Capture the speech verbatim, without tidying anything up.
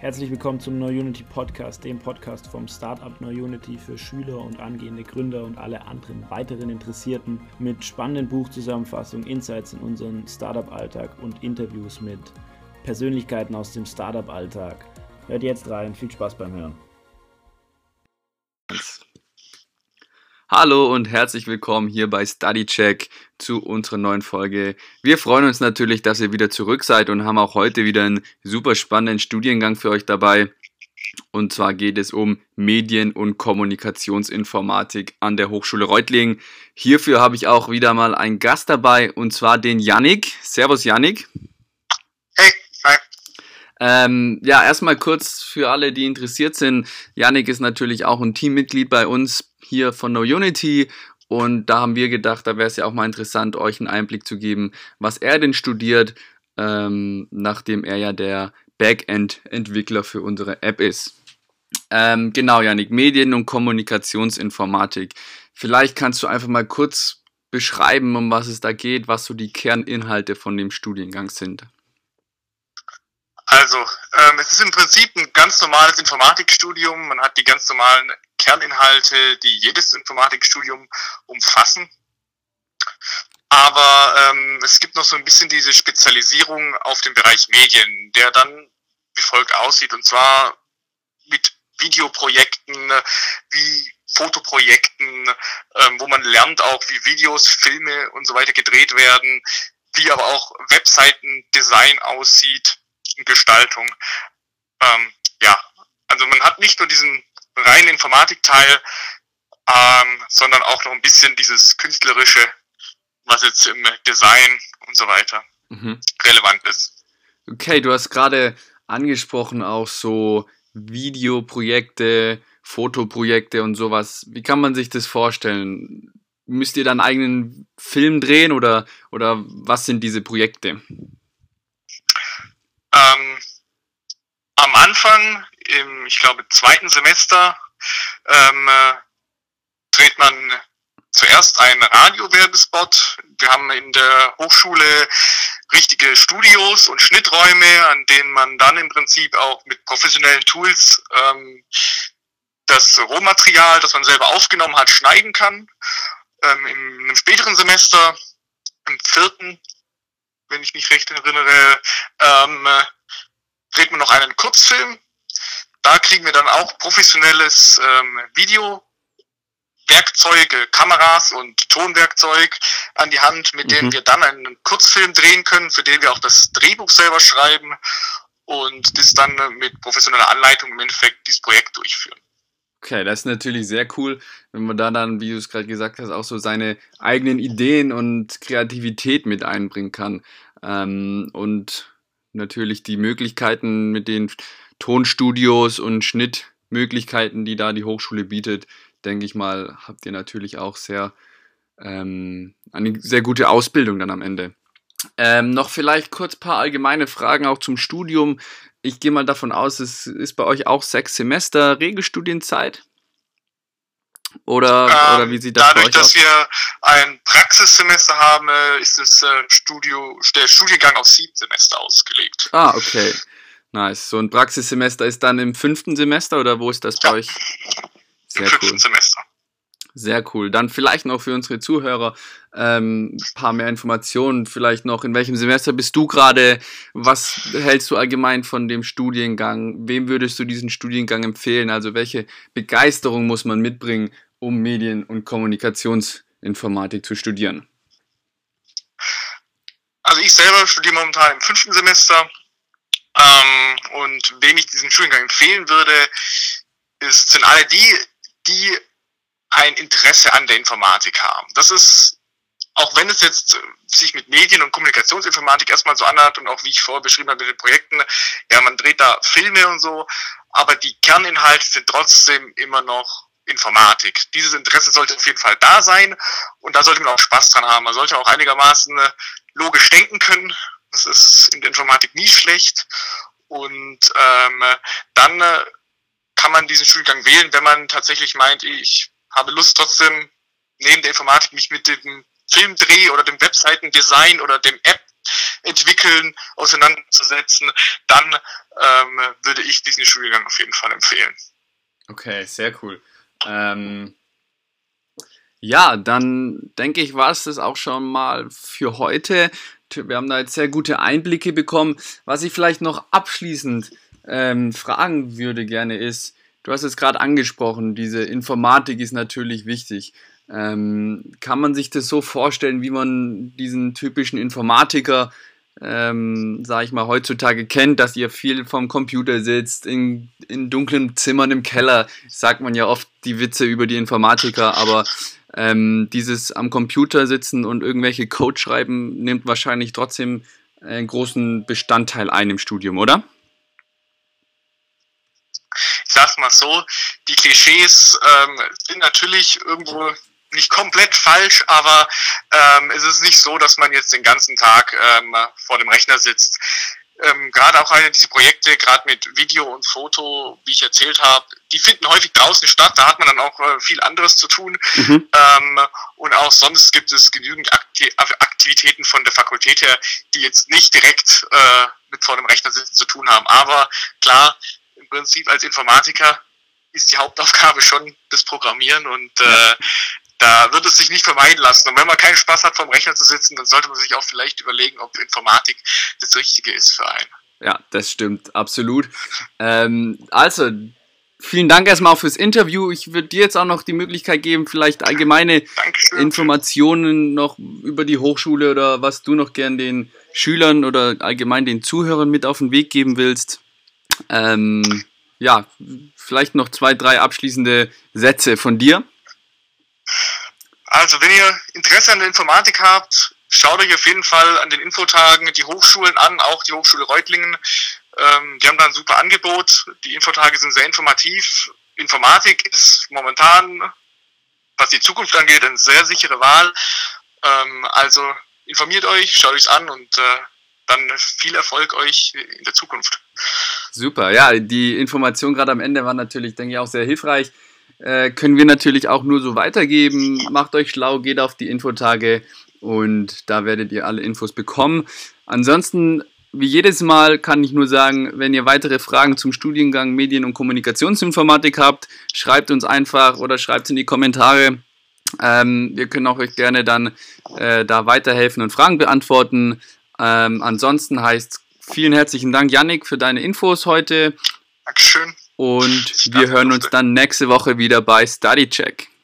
Herzlich willkommen zum NeuUnity Podcast, dem Podcast vom Startup NeuUnity für Schüler und angehende Gründer und alle anderen weiteren Interessierten mit spannenden Buchzusammenfassungen, Insights in unseren Startup-Alltag und Interviews mit Persönlichkeiten aus dem Startup-Alltag. Hört jetzt rein, viel Spaß beim Hören. Hallo und herzlich willkommen hier bei StudyCheck zu unserer neuen Folge. Wir freuen uns natürlich, dass ihr wieder zurück seid und haben auch heute wieder einen super spannenden Studiengang für euch dabei. Und zwar geht es um Medien- und Kommunikationsinformatik an der Hochschule Reutlingen. Hierfür habe ich auch wieder mal einen Gast dabei und zwar den Yannick. Servus Yannick. Hey, hi. Ähm, ja, erstmal kurz für alle, die interessiert sind. Yannick ist natürlich auch ein Teammitglied bei uns hier von NeuUnity und da haben wir gedacht, da wäre es ja auch mal interessant, euch einen Einblick zu geben, was er denn studiert, ähm, nachdem er ja der Backend-Entwickler für unsere App ist. Ähm, genau, Yannick, Medien- und Kommunikationsinformatik. Vielleicht kannst du einfach mal kurz beschreiben, um was es da geht, was so die Kerninhalte von dem Studiengang sind. Also, ähm, es ist im Prinzip ein ganz normales Informatikstudium. Man hat die ganz normalen Kerninhalte, die jedes Informatikstudium umfassen. Aber ähm, es gibt noch so ein bisschen diese Spezialisierung auf den Bereich Medien, der dann wie folgt aussieht. Und zwar mit Videoprojekten, wie Fotoprojekten, ähm, wo man lernt auch, wie Videos, Filme und so weiter gedreht werden, wie aber auch Webseitendesign aussieht, Gestaltung. Ähm, ja, also man hat nicht nur diesen reinen Informatikteil, ähm, sondern auch noch ein bisschen dieses Künstlerische, was jetzt im Design und so weiter mhm. relevant ist. Okay, du hast gerade angesprochen auch so Videoprojekte, Fotoprojekte und sowas. Wie kann man sich das vorstellen? Müsst ihr dann einen eigenen Film drehen oder, oder was sind diese Projekte? Ähm, am Anfang, im, ich glaube, zweiten Semester, ähm, äh, dreht man zuerst einen Radiowerbespot. Wir haben in der Hochschule richtige Studios und Schnitträume, an denen man dann im Prinzip auch mit professionellen Tools ähm, das Rohmaterial, das man selber aufgenommen hat, schneiden kann. Ähm, in einem späteren Semester, im vierten, wenn ich mich recht erinnere, ähm, dreht man noch einen Kurzfilm. Da kriegen wir dann auch professionelles ähm, Videowerkzeuge, Kameras und Tonwerkzeug an die Hand, mit mhm. denen wir dann einen Kurzfilm drehen können, für den wir auch das Drehbuch selber schreiben und das dann mit professioneller Anleitung im Endeffekt dieses Projekt durchführen. Okay, das ist natürlich sehr cool, wenn man da dann, wie du es gerade gesagt hast, auch so seine eigenen Ideen und Kreativität mit einbringen kann. Ähm, und natürlich die Möglichkeiten mit den Tonstudios und Schnittmöglichkeiten, die da die Hochschule bietet, denke ich mal, habt ihr natürlich auch sehr ähm, eine sehr gute Ausbildung dann am Ende. Ähm, noch vielleicht kurz ein paar allgemeine Fragen auch zum Studium. Ich gehe mal davon aus, es ist bei euch auch sechs Semester Regelstudienzeit? Oder, ähm, oder wie sieht das dadurch, bei euch aus? Dadurch, dass wir ein Praxissemester haben, ist das äh, Studio, der Studiengang auf sieben Semester ausgelegt. Ah, okay. Nice. So ein Praxissemester ist dann im fünften Semester oder wo ist das bei ja, euch? Sehr im fünften cool. Semester. Sehr cool. Dann vielleicht noch für unsere Zuhörer ähm, ein paar mehr Informationen. Vielleicht noch, in welchem Semester bist du gerade? Was hältst du allgemein von dem Studiengang? Wem würdest du diesen Studiengang empfehlen? Also welche Begeisterung muss man mitbringen, um Medien- und Kommunikationsinformatik zu studieren? Also ich selber studiere momentan im fünften Semester ähm, und wem ich diesen Studiengang empfehlen würde, ist, sind alle die, die ein Interesse an der Informatik haben. Das ist, auch wenn es jetzt sich mit Medien- und Kommunikationsinformatik erstmal so anhört und auch wie ich vorher beschrieben habe mit den Projekten, ja, man dreht da Filme und so, aber die Kerninhalte sind trotzdem immer noch Informatik. Dieses Interesse sollte auf jeden Fall da sein und da sollte man auch Spaß dran haben. Man sollte auch einigermaßen logisch denken können. Das ist in der Informatik nie schlecht und ähm, dann äh, kann man diesen Studiengang wählen, wenn man tatsächlich meint, ich habe Lust trotzdem neben der Informatik mich mit dem Filmdreh oder dem Webseitendesign oder dem App entwickeln, auseinanderzusetzen, dann ähm, würde ich diesen Studiengang auf jeden Fall empfehlen. Okay, sehr cool. Ähm, ja, dann denke ich, war es das auch schon mal für heute. Wir haben da jetzt sehr gute Einblicke bekommen. Was ich vielleicht noch abschließend ähm, fragen würde gerne ist, du hast es gerade angesprochen, diese Informatik ist natürlich wichtig. Ähm, kann man sich das so vorstellen, wie man diesen typischen Informatiker, ähm, sag ich mal, heutzutage kennt, dass ihr viel vom Computer sitzt, in, in dunklen Zimmern im Keller, sagt man ja oft die Witze über die Informatiker, aber ähm, dieses am Computer sitzen und irgendwelche Code schreiben nimmt wahrscheinlich trotzdem einen großen Bestandteil ein im Studium, oder? Ich sag's mal so, die Klischees ähm, sind natürlich irgendwo nicht komplett falsch, aber ähm, es ist nicht so, dass man jetzt den ganzen Tag ähm, vor dem Rechner sitzt. Ähm, gerade auch eine diese Projekte, gerade mit Video und Foto, wie ich erzählt habe, die finden häufig draußen statt, da hat man dann auch äh, viel anderes zu tun. Mhm. Ähm, und auch sonst gibt es genügend Akti- Aktivitäten von der Fakultät her, die jetzt nicht direkt äh, mit vor dem Rechner sitzen zu tun haben. Aber klar, im Prinzip als Informatiker ist die Hauptaufgabe schon das Programmieren und äh, da wird es sich nicht vermeiden lassen. Und wenn man keinen Spaß hat, vorm Rechner zu sitzen, dann sollte man sich auch vielleicht überlegen, ob Informatik das Richtige ist für einen. Ja, das stimmt, absolut. Ähm, also, vielen Dank erstmal auch fürs Interview. Ich würde dir jetzt auch noch die Möglichkeit geben, vielleicht allgemeine Dankeschön. Informationen noch über die Hochschule oder was du noch gern den Schülern oder allgemein den Zuhörern mit auf den Weg geben willst. Ähm, ja, vielleicht noch zwei, drei abschließende Sätze von dir. Also, wenn ihr Interesse an der Informatik habt, schaut euch auf jeden Fall an den Infotagen die Hochschulen an, auch die Hochschule Reutlingen. Ähm, die haben da ein super Angebot. Die Infotage sind sehr informativ. Informatik ist momentan, was die Zukunft angeht, eine sehr sichere Wahl. Ähm, also informiert euch, schaut euch's an und äh, dann viel Erfolg euch in der Zukunft. Super, ja, die Information gerade am Ende war natürlich, denke ich, auch sehr hilfreich. Äh, können wir natürlich auch nur so weitergeben. Macht euch schlau, geht auf die Infotage und da werdet ihr alle Infos bekommen. Ansonsten, wie jedes Mal, kann ich nur sagen, wenn ihr weitere Fragen zum Studiengang Medien- und Kommunikationsinformatik habt, schreibt uns einfach oder schreibt es in die Kommentare. Ähm, wir können auch euch gerne dann äh, da weiterhelfen und Fragen beantworten. Ähm, ansonsten heißt vielen herzlichen Dank, Yannick, für deine Infos heute. Dankeschön. Und wir hören uns dann nächste Woche wieder bei Study Check.